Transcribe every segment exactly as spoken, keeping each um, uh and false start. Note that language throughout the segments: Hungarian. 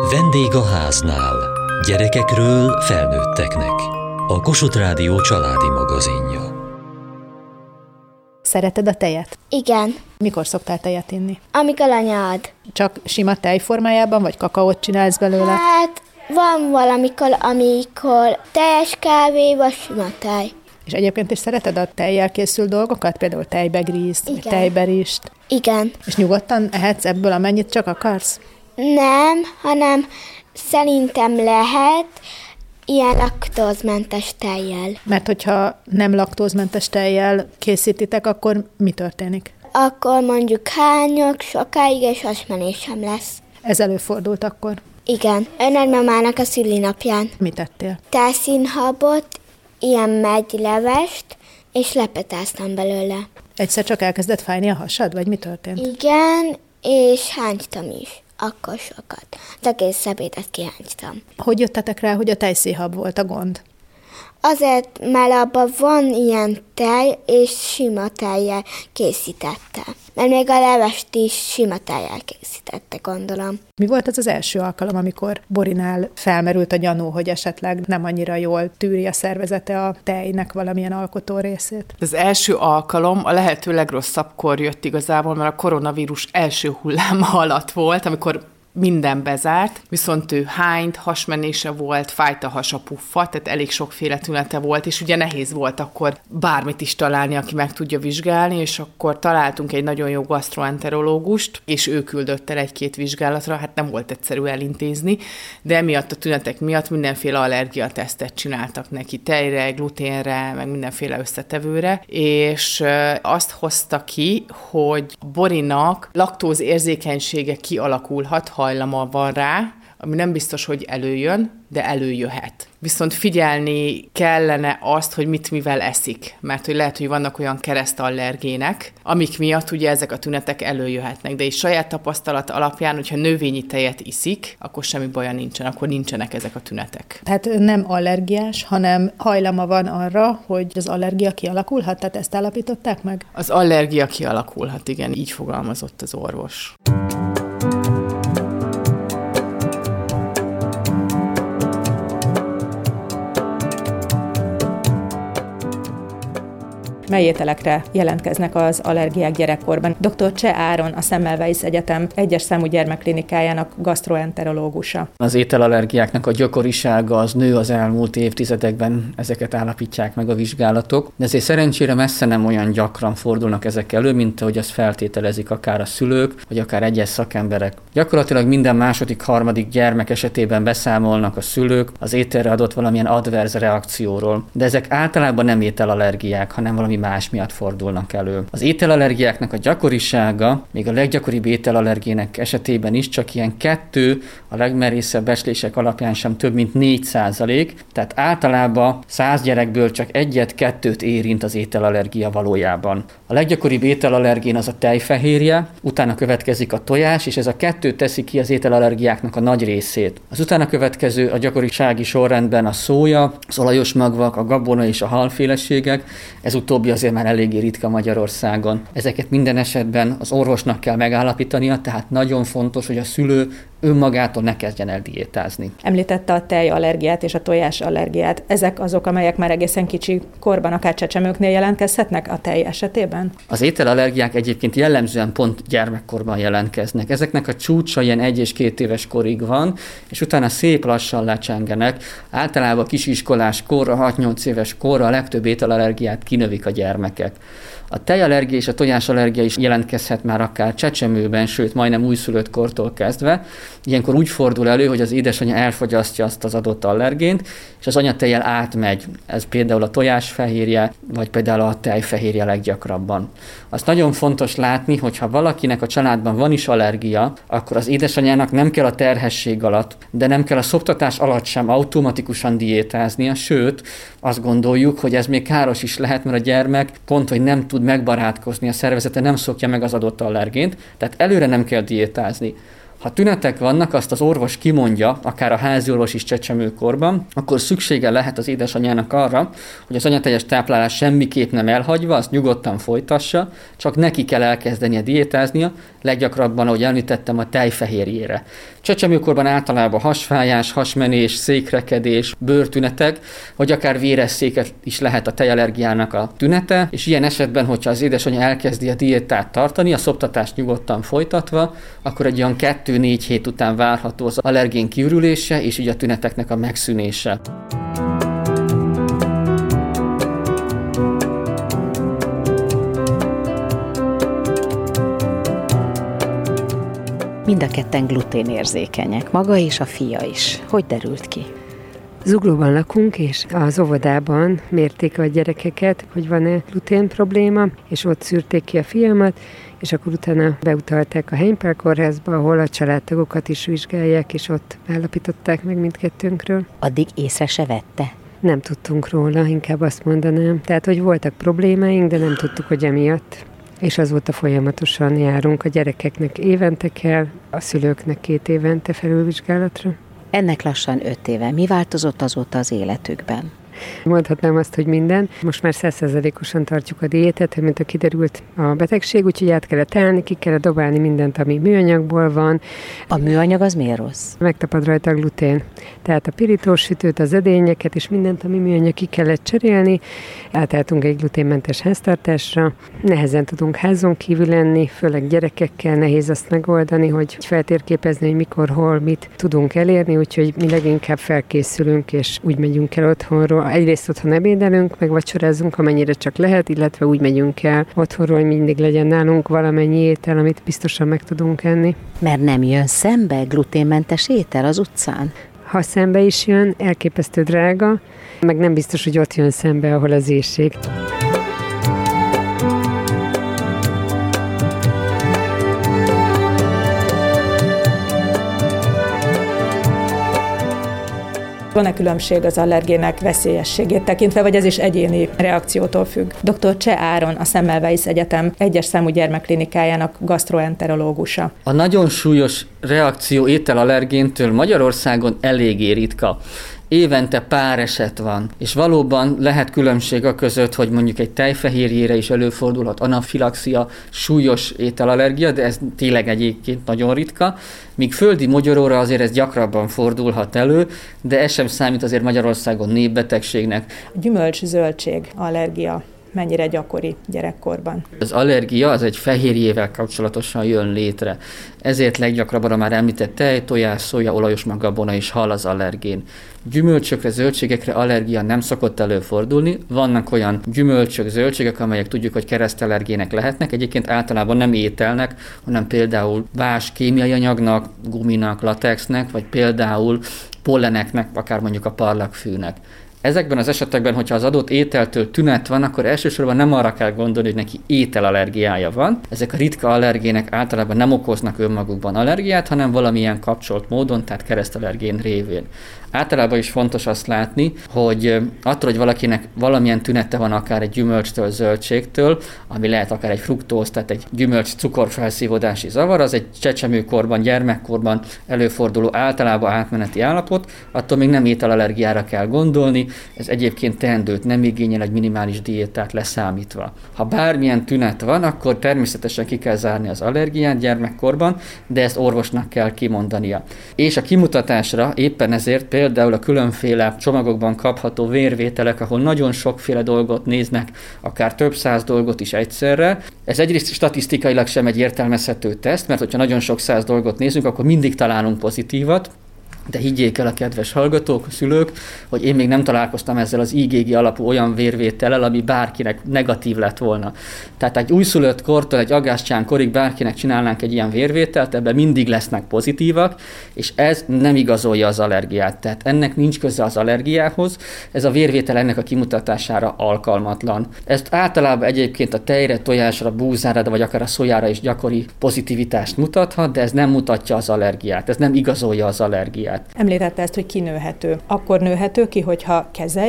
Vendég a háznál. Gyerekekről felnőtteknek. A Kossuth Rádió családi magazinja. Szereted a tejet? Igen. Mikor szoktál tejet inni? Amikor anya ad. Csak sima tej formájában, vagy kakaót csinálsz belőle? Hát van valamikor, amikor teljes kávé, vagy sima tej. És egyébként is szereted a tejjel készült dolgokat? Például tejbegrízt, vagy tejberist? Igen. És nyugodtan ehetsz ebből, amennyit csak akarsz? Nem, hanem szerintem lehet ilyen laktózmentes tejjel. Mert hogyha nem laktózmentes tejjel készítitek, akkor mi történik? Akkor mondjuk hányok sokáig, és hasmenésem lesz. Ez előfordult akkor? Igen. Ön nagymamának a szülinapján. Mit tettél? Tejszínhabot, ilyen megylevest, és lepetáztam belőle. Egyszer csak elkezdett fájni a hasad, vagy mi történt? Igen, és hánytam is. Akkor sokat. Az egész ebédet kihánytam. Hogy jöttetek rá, hogy a tejszínhab volt a gond? Azért, mert abban van ilyen tej, és sima tejjel készítette. Mert még a levest is sima tejjel készítette, gondolom. Mi volt az az első alkalom, amikor Borinál felmerült a gyanú, hogy esetleg nem annyira jól tűri a szervezete a tejnek valamilyen alkotó részét? Az első alkalom a lehető legrosszabbkor jött igazából, mert a koronavírus első hulláma alatt volt, amikor minden bezárt, viszont ő hányt, hasmenése volt, fájt a hasa, puffa, tehát elég sokféle tünete volt, és ugye nehéz volt akkor bármit is találni, aki meg tudja vizsgálni, és akkor találtunk egy nagyon jó gasztroenterológust, és ő küldött el egy-két vizsgálatra, hát nem volt egyszerű elintézni, de emiatt a tünetek miatt mindenféle allergiatesztet csináltak neki, tejre, gluténre, meg mindenféle összetevőre, és azt hozta ki, hogy Borinak laktózérzékenysége kialakulhat, hajlama van rá, ami nem biztos, hogy előjön, de előjöhet. Viszont figyelni kellene azt, hogy mit mivel eszik, mert hogy lehet, hogy vannak olyan keresztallergének, amik miatt ugye ezek a tünetek előjöhetnek, de is saját tapasztalat alapján, hogyha növényi tejet iszik, akkor semmi baja nincsen, akkor nincsenek ezek a tünetek. Tehát nem allergiás, hanem hajlama van arra, hogy az allergia kialakulhat, tehát ezt állapították meg? Az allergia kialakulhat, igen, így fogalmazott az orvos. Mely ételekre jelentkeznek az allergiák gyerekkorban? doktor Cseh Áron, a Semmelweis Egyetem egyes számú gyermekklinikájának gasztroenterológusa. Az ételallergiáknak a gyakorisága az nő az elmúlt évtizedekben, ezeket állapítják meg a vizsgálatok, de ezért szerencsére messze nem olyan gyakran fordulnak ezek elő, mint ahogy azt feltételezik akár a szülők, vagy akár egyes szakemberek. Gyakorlatilag minden második, harmadik gyermek esetében beszámolnak a szülők az ételre adott valamilyen adverz reakcióról, de ezek általában nem ételallergiák, hanem valami más miatt fordulnak elő. Az ételallergiáknak a gyakorisága, még a leggyakoribb ételallergének esetében is csak ilyen kettő, a legmerészebb becslések alapján sem több mint négy százalék, tehát általában száz gyerekből csak egyet-kettőt érint az ételallergia valójában. A leggyakoribb ételallergén az a tejfehérje, utána következik a tojás, és ez a kettő teszi ki az ételallergiáknak a nagy részét. Az utána következő a gyakorisági sorrendben a szója, az olajos magvak, a gabona és a halféleségek, ez utóbbi azért már eléggé ritka Magyarországon. Ezeket minden esetben az orvosnak kell megállapítania, tehát nagyon fontos, hogy a szülő önmagától ne kezdjen el diétázni. Említette a tejallergiát és a tojásallergiát. Ezek azok, amelyek már egészen kicsi korban, akár csecsemőknél jelentkezhetnek a tej esetében? Az ételallergiák egyébként jellemzően pont gyermekkorban jelentkeznek. Ezeknek a csúcsa ilyen egy és két éves korig van, és utána szép lassan lecsengenek. Általában kisiskolás korra, hat-nyolc éves korra a legtöbb ételallergiát kinövik a gyermekek. A tejallergia és a tojásallergia is jelentkezhet már akár csecsemőben, sőt majdnem újszülött kortól kezdve. Ilyenkor úgy fordul elő, hogy az édesanyja elfogyasztja azt az adott allergént, és az anyatejjel átmegy. Ez például a tojásfehérje, vagy például a tejfehérje leggyakrabban. Azt nagyon fontos látni, hogy ha valakinek a családban van is allergia, akkor az édesanyjának nem kell a terhesség alatt, de nem kell a szoptatás alatt sem automatikusan diétáznia, sőt, azt gondoljuk, hogy ez még káros is lehet, mert a gyermek pont, hogy nem tud megbarátkozni, a szervezete nem szokja meg az adott allergént, tehát előre nem kell diétázni. Ha tünetek vannak, azt az orvos kimondja, akár a háziorvos is csecsemőkorban, akkor szüksége lehet az édesanyának arra, hogy az anyateljes táplálás semmiképp nem elhagyva, azt nyugodtan folytassa, csak neki kell elkezdenie diétáznia, leggyakrabban, ahogy említettem, a tejfehérjére. Csecsemőkorban általában hasfájás, hasmenés, székrekedés, bőrtünetek, vagy akár véresszéket is lehet a tejallergiának a tünete, és ilyen esetben, hogyha az édesanyja elkezdi a diétát tartani, a szoptatást nyugodtan folytatva, akkor egy olyan kettő-négy hét után várható az allergén kiürülése, és így a tüneteknek a megszűnése. Mind a ketten gluténérzékenyek, maga és a fia is. Hogy derült ki? Zuglóban lakunk, és az óvodában mérték a gyerekeket, hogy van-e glutén probléma, és ott szűrték ki a fiamat, és akkor utána beutalták a Heimpel kórházba, ahol a családtagokat is vizsgálják, és ott állapították meg mindkettőnkről. Addig észre se vette? Nem tudtunk róla, inkább azt mondanám. Tehát, hogy voltak problémáink, de nem tudtuk, hogy emiatt. És azóta folyamatosan járunk a gyerekeknek évente kell, a szülőknek két évente felülvizsgálatra. Ennek lassan öt éve. Mi változott azóta az életükben? Mondhatnám azt, hogy minden. Most már száz százalékosan tartjuk a diétát, mint a kiderült a betegség, úgyhogy át kellett állni, ki kellett dobálni mindent, ami műanyagból van. A műanyag az miért rossz? Megtapad rajta a glutén. Tehát a pirítós sütőt, az edényeket és mindent, ami műanyag, ki kellett cserélni. Átálltunk egy gluténmentes háztartásra. Nehezen tudunk házon kívül lenni, főleg gyerekekkel nehéz azt megoldani, hogy feltérképezni, hogy mikor, hol, mit tudunk elérni, úgyhogy mi leginkább felkészülünk, és úgy megyünk el otthonról. Egyrészt otthon ebédelünk, meg vacsorázunk, amennyire csak lehet, illetve úgy megyünk el otthonról, hogy mindig legyen nálunk valamennyi étel, amit biztosan meg tudunk enni. Mert nem jön szembe gluténmentes étel az utcán? Ha szembe is jön, elképesztő drága, meg nem biztos, hogy ott jön szembe, ahol az éhség. Van-e különbség az allergének veszélyességét tekintve, vagy ez is egyéni reakciótól függ? doktor Cseh Áron, a Semmelweis Egyetem egyes számú gyermekklinikájának gasztroenterológusa. A nagyon súlyos reakció ételallergéntől Magyarországon eléggé ritka. Évente pár eset van, és valóban lehet különbség a között, hogy mondjuk egy tejfehérjére is előfordulhat anafilaxia, súlyos ételallergia, de ez tényleg egyébként nagyon ritka, míg földi mogyoróra azért ez gyakrabban fordulhat elő, de ez sem számít azért Magyarországon népbetegségnek. A gyümölcs-zöldség allergia mennyire gyakori gyerekkorban? Az allergia az egy fehérjével kapcsolatosan jön létre. Ezért leggyakrabban a már említett tej, tojás, szója, olajos magabona és hal az allergén. Gyümölcsökre, zöldségekre allergia nem szokott előfordulni. Vannak olyan gyümölcsök, zöldségek, amelyek tudjuk, hogy keresztallergének lehetnek. Egyébként általában nem ételnek, hanem például vás kémiai anyagnak, guminak, latexnek, vagy például polleneknek, akár mondjuk a parlagfűnek. Ezekben az esetekben, hogyha az adott ételtől tünet van, akkor elsősorban nem arra kell gondolni, hogy neki ételallergiája van. Ezek a ritka allergének általában nem okoznak önmagukban allergiát, hanem valamilyen kapcsolt módon, tehát keresztallergén révén. Általában is fontos azt látni, hogy attól, hogy valakinek valamilyen tünete van akár egy gyümölcstől, zöldségtől, ami lehet akár egy fruktóz, tehát egy gyümölcs cukorfelszívódási zavar, az egy csecsemőkorban, gyermekkorban előforduló általában átmeneti állapot, attól még nem ételallergiára kell gondolni, ez egyébként teendőt nem igényel, egy minimális diétát leszámítva. Ha bármilyen tünet van, akkor természetesen ki kell zárni az allergiát gyermekkorban, de ezt orvosnak kell kimondania. És a kimutatásra éppen ezért például a különféle csomagokban kapható vérvételek, ahol nagyon sokféle dolgot néznek, akár több száz dolgot is egyszerre. Ez egyrészt statisztikailag sem egy értelmezhető teszt, mert hogyha nagyon sok száz dolgot nézünk, akkor mindig találunk pozitívat. De higgyék el a kedves hallgatók, a szülők, hogy én még nem találkoztam ezzel az i gé gé alapú olyan vérvétellel, ami bárkinek negatív lett volna. Tehát egy újszülött kortól egy agászcsán korig bárkinek csinálnánk egy ilyen vérvételt, ebben mindig lesznek pozitívak, és ez nem igazolja az allergiát. Tehát ennek nincs köze az allergiához, ez a vérvétel ennek a kimutatására alkalmatlan. Ezt általában egyébként a tejre, tojásra, búzára, vagy akár a szójára is gyakori pozitivitást mutathat, de ez nem mutatja az allergiát, ez nem igazolja az allergiát. Említette ezt, hogy kinőhető. Akkor nőhető ki, hogyha kezeljük?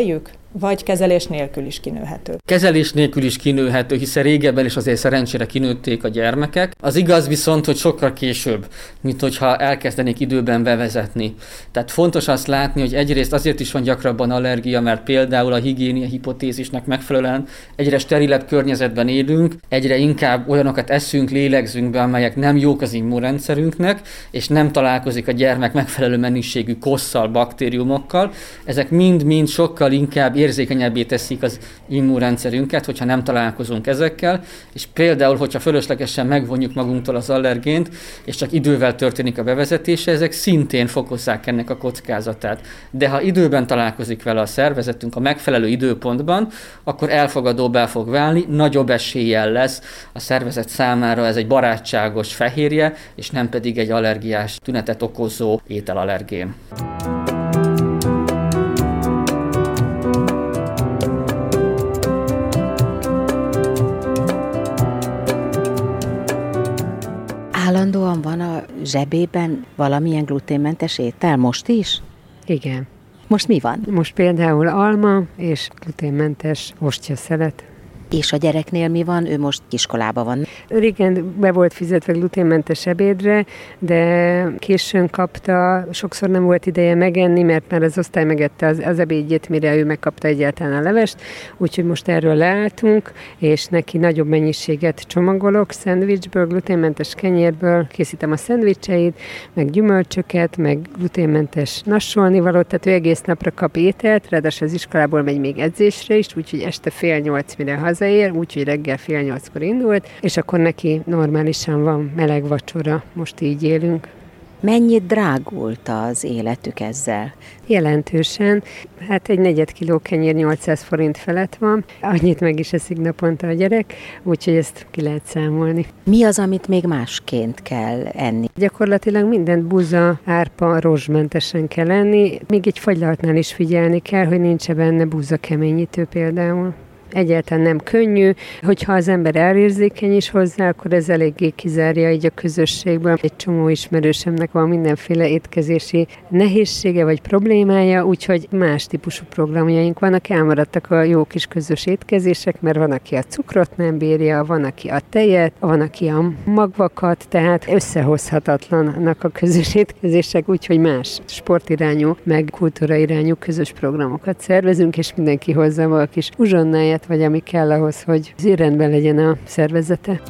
vagy kezelés nélkül is kinőhető? Kezelés nélkül is kinőhető, hiszen régebben is azért szerencsére kinőtték a gyermekek. Az igaz viszont, hogy sokkal később, mint hogyha elkezdenék időben bevezetni. Tehát fontos azt látni, hogy egyrészt azért is van gyakrabban allergia, mert például a higiénia hipotézisnek megfelelően egyre sterilebb környezetben élünk, egyre inkább olyanokat eszünk, lélegzünk be, amelyek nem jók az immunrendszerünknek, és nem találkozik a gyermek megfelelő mennyiségű kosszal, baktériumokkal. Ezek mind-mind sokkal inkább érzékenyebbé teszik az immunrendszerünket, hogyha nem találkozunk ezekkel, és például, hogyha fölöslegesen megvonjuk magunktól az allergént, és csak idővel történik a bevezetése, ezek szintén fokozzák ennek a kockázatát. De ha időben találkozik vele a szervezetünk a megfelelő időpontban, akkor elfogadóbbá fog válni, nagyobb eséllyel lesz a szervezet számára ez egy barátságos fehérje, és nem pedig egy allergiás tünetet okozó ételallergén. Állandóan van a zsebében valamilyen gluténmentes étel most is? Igen. Most mi van? Most például alma és gluténmentes ostya-szelet. És a gyereknél mi van? Ő most iskolában van. Régen be volt fizetve gluténmentes ebédre, de későn kapta, sokszor nem volt ideje megenni, mert már az osztály megette az, az ebédjét, mire ő megkapta egyáltalán a levest, úgyhogy most erről leálltunk, és neki nagyobb mennyiséget csomagolok, szendvicsből, gluténmentes kenyérből, készítem a szendvicseit, meg gyümölcsöket, meg gluténmentes nassolnivalót, tehát ő egész napra kap ételt, ráadásul az iskolából megy még edzésre is, úgyhogy este fél nyolc, mire hazaér, úgyhogy reggel fél nyolckor indult, és akkor neki normálisan van meleg vacsora, most így élünk. Mennyit drágult az életük ezzel? Jelentősen. Hát egy negyed kiló kenyér nyolcszáz forint felett van. Annyit meg is eszik naponta a gyerek, úgyhogy ezt ki lehet számolni. Mi az, amit még másként kell enni? Gyakorlatilag mindent búza, árpa, rozsmentesen kell enni. Még egy fagylaltnál is figyelni kell, hogy nincs benne búza keményítő például. Egyáltalán nem könnyű, hogyha az ember elérzékeny is hozzá, akkor ez eléggé kizárja így a közösségből. Egy csomó ismerősemnek van mindenféle étkezési nehézsége vagy problémája, úgyhogy más típusú programjaink vannak, elmaradtak a jó kis közös étkezések, mert van, aki a cukrot nem bírja, van, aki a tejet, van, aki a magvakat, tehát összehozhatatlanak a közös étkezések, úgyhogy más sportirányú, meg kultúrairányú közös programokat szervezünk, és mindenki hozza a kis uzsonnáját, vagy ami kell ahhoz, hogy rendben legyen a szervezete.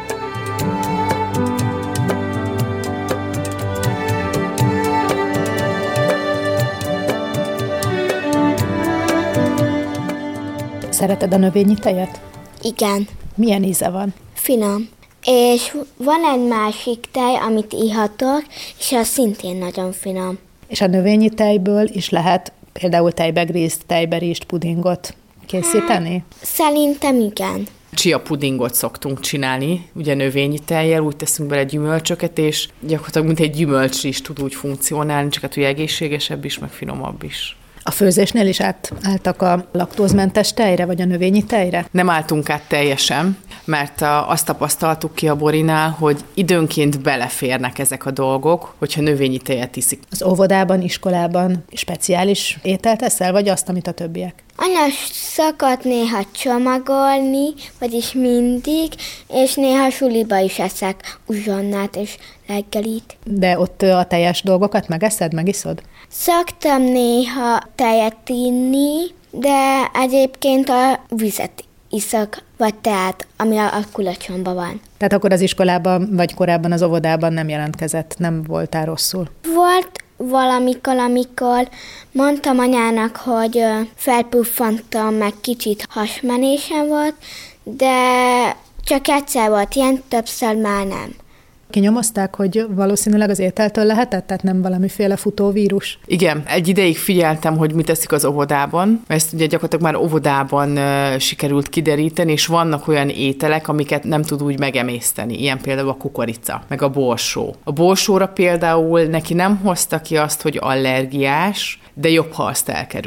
Szereted a növényi tejet? Igen, Milyen íze van? finom. És van egy másik tej, amit ihatok, és az szintén nagyon finom. És a növényi tejből is lehet például tejbegrízt, tejberist, pudingot készíteni? Szerintem igen. Chia pudingot szoktunk csinálni, ugye növényi tejjel, úgy teszünk bele gyümölcsöket, és gyakorlatilag mint egy gyümölcs is tud úgy funkcionálni, csak hát ugye egészségesebb is, meg finomabb is. A főzésnél is átálltak a laktózmentes tejre, vagy a növényi tejre? Nem álltunk át teljesen, mert a, azt tapasztaltuk ki a Borinál, hogy időnként beleférnek ezek a dolgok, hogyha növényi tejet iszik. Az óvodában, iskolában speciális ételt eszel, vagy azt, amit a többiek? Anya szokott néha csomagolni, vagyis mindig, és néha suliba is eszek uzsonnát és reggelit. De ott a teljes dolgokat megeszed, megiszod? Szoktam néha tejet inni, de egyébként a vizet iszok, vagy teát, ami a, a kulacsomban van. Tehát akkor az iskolában, vagy korábban az óvodában nem jelentkezett, nem voltál rosszul? Volt valamikor, amikor mondtam anyának, hogy felpuffantam, meg kicsit hasmenésem volt, de csak egyszer volt ilyen, többször már nem. Kinyomozták, hogy valószínűleg az ételtől lehetett, tehát nem valamiféle futóvírus? Igen, egy ideig figyeltem, hogy mit teszik az óvodában, mert ezt ugye gyakorlatilag már óvodában uh, sikerült kideríteni, és vannak olyan ételek, amiket nem tud úgy megemészteni, ilyen például a kukorica, meg a borsó. A borsóra például neki nem hozta ki azt, hogy allergiás, de jobb, ha azt elkerüli.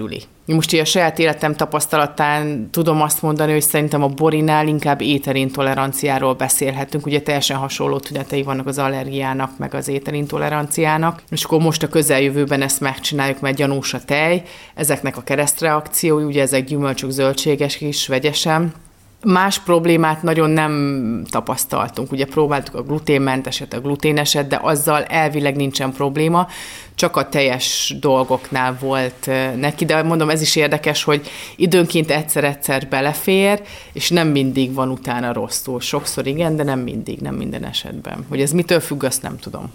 Most így a saját életem tapasztalatán tudom azt mondani, hogy szerintem a borinál inkább ételintoleranciáról beszélhetünk. Ugye teljesen hasonló tünetei vannak az allergiának, meg az ételintoleranciának. És akkor most a közeljövőben ezt megcsináljuk, mert gyanús a tej. Ezeknek a keresztreakciói, ugye ezek gyümölcsök, zöldséges is, vegyesen. Más problémát nagyon nem tapasztaltunk. Ugye próbáltuk a gluténmenteset, a gluténeset, de azzal elvileg nincsen probléma, csak a teljes dolgoknál volt neki, de mondom, ez is érdekes, hogy időnként egyszer-egyszer belefér, és nem mindig van utána rosszul. Sokszor igen, de nem mindig, nem minden esetben. Hogy ez mitől függ, azt nem tudom.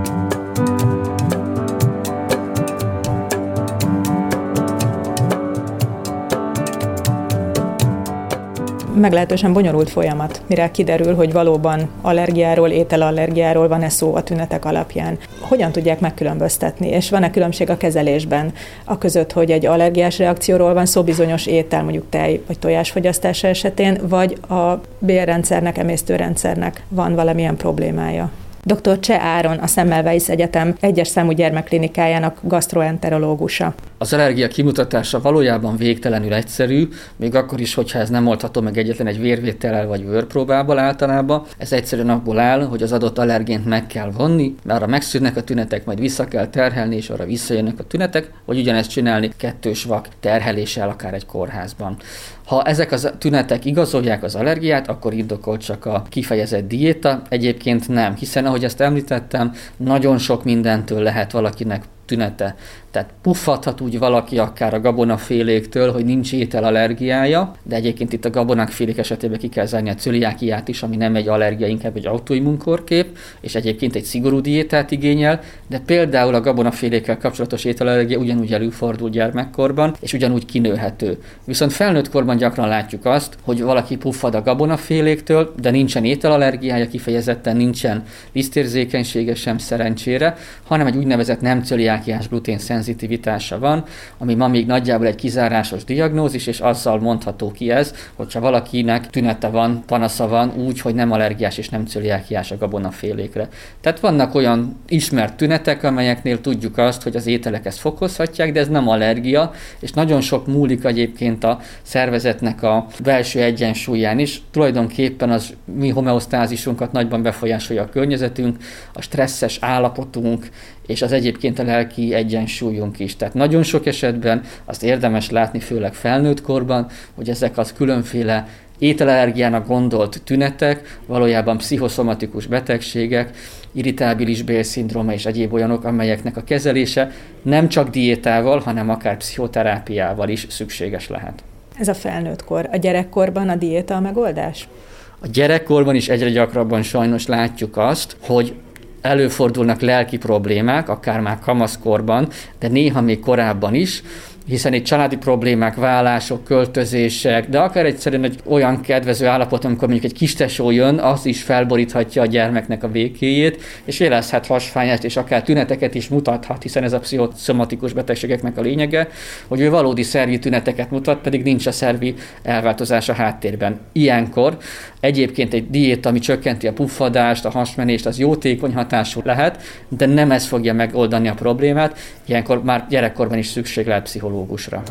Meglehetősen bonyolult folyamat, mire kiderül, hogy valóban allergiáról, ételallergiáról van-e szó a tünetek alapján. Hogyan tudják megkülönböztetni, és van-e különbség a kezelésben a között, hogy egy allergiás reakcióról van szó bizonyos étel, mondjuk tej vagy tojás fogyasztása esetén, vagy a bélrendszernek, emésztőrendszernek van valamilyen problémája? doktor Cseh Áron, a Semmelweis Egyetem egyes számú gyermekklinikájának gasztroenterológusa. Az allergia kimutatása valójában végtelenül egyszerű, még akkor is, hogyha ez nem oldható meg egyetlen egy vérvétellel vagy vörpróbával általában. Ez egyszerűen abból áll, hogy az adott allergént meg kell vonni, arra megszűnnek a tünetek, majd vissza kell terhelni, és arra visszajönnek a tünetek, vagy ugyanezt csinálni kettős vak terheléssel akár egy kórházban. Ha ezek a tünetek igazolják az allergiát, akkor indokolt csak a kifejezett diéta, egyébként nem, hiszen ahogy ezt említettem, nagyon sok mindentől lehet valakinek tünete. Tehát puffadhat úgy valaki akár a gabonaféléktől, hogy nincs ételallergiája, de egyébként itt a gabonafélék esetében ki kell zárni a cöliákiát is, ami nem egy allergia, inkább egy autoimmunkorkép, és egyébként egy szigorú diétát igényel, de például a gabonafélékkel kapcsolatos ételallergia ugyanúgy előfordul gyermekkorban, és ugyanúgy kinőhető. Viszont felnőtt korban gyakran látjuk azt, hogy valaki puffad a gabonaféléktől, de nincsen ételallergiája, kifejezetten nincsen lisztérzékenysége sem szerencsére, hanem egy úgynevezett nem cöliákiás glutén szenzitivitása van, ami ma még nagyjából egy kizárásos diagnózis, és azzal mondható ki ez, hogyha valakinek tünete van, panasza van úgy, hogy nem allergiás és nem cöliákiás a gabonafélékre. Tehát vannak olyan ismert tünetek, amelyeknél tudjuk azt, hogy az ételek ezt fokozhatják, de ez nem allergia, és nagyon sok múlik egyébként a szervezetnek a belső egyensúlyán is. Tulajdonképpen az mi homeosztázisunkat nagyban befolyásolja a környezetünk, a stresszes állapotunk, és az egyébként a lelki egyensúlyunk is. Tehát nagyon sok esetben azt érdemes látni, főleg felnőtt korban, hogy ezek az különféle ételallergiának gondolt tünetek, valójában pszichoszomatikus betegségek, irritábilis bélszindróma és egyéb olyanok, amelyeknek a kezelése nem csak diétával, hanem akár pszichoterápiával is szükséges lehet. Ez a felnőtt kor. A gyerekkorban a diéta a megoldás? A gyerekkorban is egyre gyakrabban sajnos látjuk azt, hogy előfordulnak lelki problémák, akár már kamaszkorban, de néha még korábban is, hiszen itt családi problémák, vállások, költözések, de akár egyszerűen egy olyan kedvező állapot, amikor mondjuk egy kistesó jön, az is felboríthatja a gyermeknek a békéjét, és érezhet hasfájást, és akár tüneteket is mutathat, hiszen ez a pszichoszomatikus betegségeknek a lényege, hogy ő valódi szervi tüneteket mutat, pedig nincs a szervi elváltozás a háttérben. Ilyenkor egyébként egy diéta, ami csökkenti a puffadást, a hasmenést, az jótékony hatású lehet, de nem ez fogja megoldani a problémát, ilyenkor már gyerekkorban is szükség lehet pszichológusra.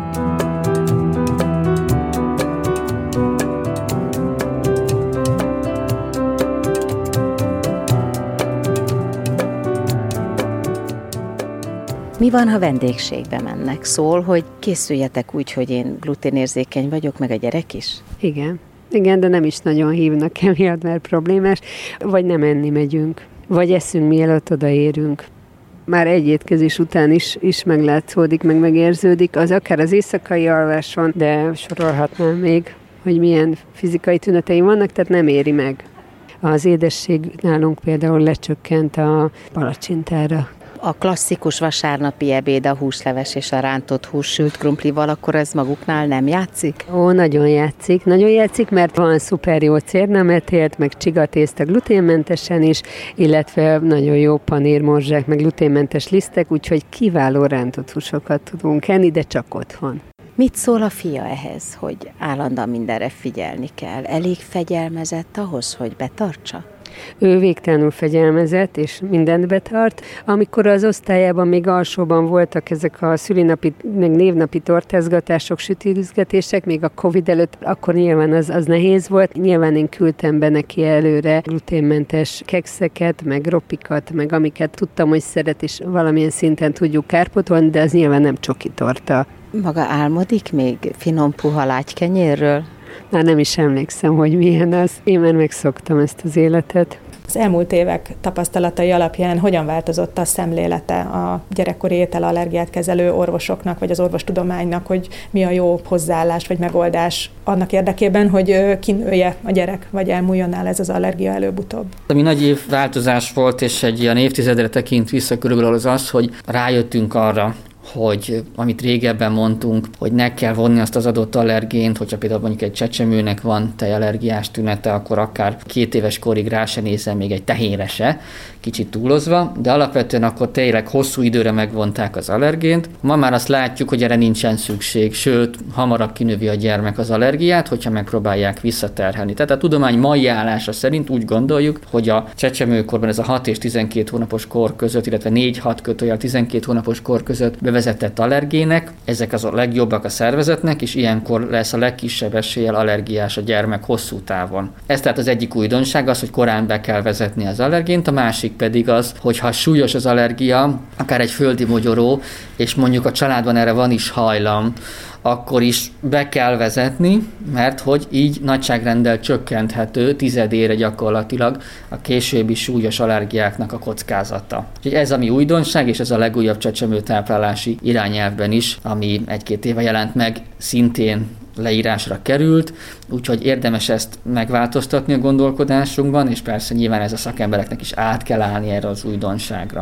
Mi van, ha vendégségbe mennek? Szól, hogy készüljetek úgy, hogy én gluténérzékeny vagyok, meg a gyerek is? Igen. Igen, de nem is nagyon hívnak emiatt, mert problémás. Vagy nem enni megyünk, vagy eszünk, mielőtt odaérünk. Már egy étkezés után is, is meglátszódik, meg megérződik, az akár az éjszakai alváson, de sorolhatnám még, hogy milyen fizikai tünetei vannak, tehát nem éri meg. Az édesség nálunk például lecsökkent a palacsintára. A klasszikus vasárnapi ebéd, a húsleves és a rántott hús sült krumplival, akkor ez maguknál nem játszik? Ó, nagyon játszik. Nagyon játszik, mert van szuper jó cérnametélt, meg csigatészta gluténmentesen is, illetve nagyon jó panírmorzsák, meg gluténmentes lisztek, úgyhogy kiváló rántott húsokat tudunk enni, de csak otthon. Mit szól a fia ehhez, hogy állandóan mindenre figyelni kell? Elég fegyelmezett ahhoz, hogy betartsa? Ő végtelenül fegyelmezett, és mindent betart. Amikor az osztályában még alsóban voltak ezek a szülinapi, meg névnapi tortázgatások, sütizgetések, még a Covid előtt, akkor nyilván az, az nehéz volt. Nyilván én küldtem be neki előre gluténmentes kekszeket, meg ropikat, meg amiket tudtam, hogy szeret, és valamilyen szinten tudjuk kárpotolni, de az nyilván nem csoki torta. Maga álmodik még finom puha lágykenyérről? Már nem is emlékszem, hogy milyen az. Én már megszoktam ezt az életet. Az elmúlt évek tapasztalatai alapján hogyan változott a szemlélete a gyerekkori ételallergiát kezelő orvosoknak, vagy az orvostudománynak, hogy mi a jó hozzáállás vagy megoldás annak érdekében, hogy kinője a gyerek, vagy elmúljon el ez az allergia előbb-utóbb? Ami nagy év változás volt, és egy ilyen évtizedre tekint vissza körülbelül az az, hogy rájöttünk arra, hogy amit régebben mondtunk, hogy ne kell vonni azt az adott allergént, hogyha például mondjuk egy csecsemőnek van tejallergiás tünete, akkor akár két éves korig rá se nézzen még egy tehénre se, kicsit túlozva, de alapvetően akkor tényleg hosszú időre megvonták az allergént. Ma már azt látjuk, hogy erre nincsen szükség, sőt, hamarabb kinövi a gyermek az allergiát, hogyha megpróbálják visszaterhelni. Tehát a tudomány mai állása szerint úgy gondoljuk, hogy a csecsemőkorban ez a hat és tizenkét hónapos kor között, illetve négy-hat kötőjel tizenkét hónapos kor között bevezetett allergének, ezek az a legjobbak a szervezetnek, és ilyenkor lesz a legkisebb eséllyel allergiás a gyermek hosszú távon. Ez tehát az egyik újdonság az, hogy korán be kell vezetni az allergént, a másik pedig az, hogy ha súlyos az allergia, akár egy földi mogyoró, és mondjuk a családban erre van is hajlam, akkor is be kell vezetni, mert hogy így nagyságrendel csökkenthető tizedére gyakorlatilag a későbbi súlyos allergiáknak a kockázata. Úgyhogy ez a mi újdonság, és ez a legújabb csecsemőtáplálási irányelvben is, ami egy-két éve jelent meg, szintén leírásra került, úgyhogy érdemes ezt megváltoztatni a gondolkodásunkban, és persze nyilván ez a szakembereknek is át kell állni erre az újdonságra.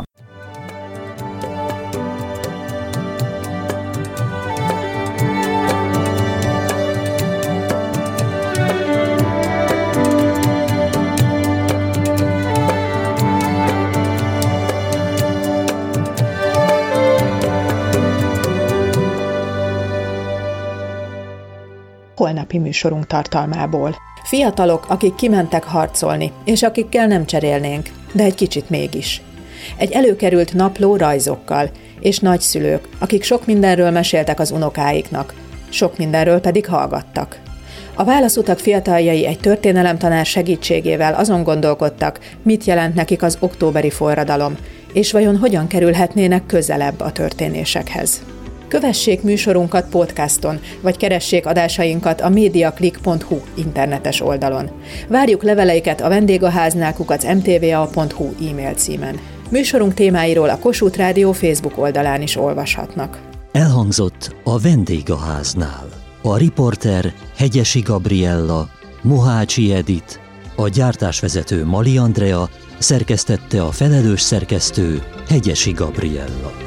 Holnapi műsorunk tartalmából. Fiatalok, akik kimentek harcolni, és akikkel nem cserélnénk, de egy kicsit mégis. Egy előkerült napló rajzokkal, és nagyszülők, akik sok mindenről meséltek az unokáiknak, sok mindenről pedig hallgattak. A válaszutak fiataljai egy történelemtanár segítségével azon gondolkodtak, mit jelent nekik az októberi forradalom, és vajon hogyan kerülhetnének közelebb a történésekhez. Kövessék műsorunkat podcaston, vagy keressék adásainkat a mediaclick pont hu internetes oldalon. Várjuk leveleiket a vendégháznál kukac em té vé a pont hu e-mail címen. Műsorunk témáiról a Kossuth Rádió Facebook oldalán is olvashatnak. Elhangzott a vendégháznál. A riporter Hegyesi Gabriella, Mohácsi Edit, a gyártásvezető Mali Andrea, szerkesztette a felelős szerkesztő Hegyesi Gabriella.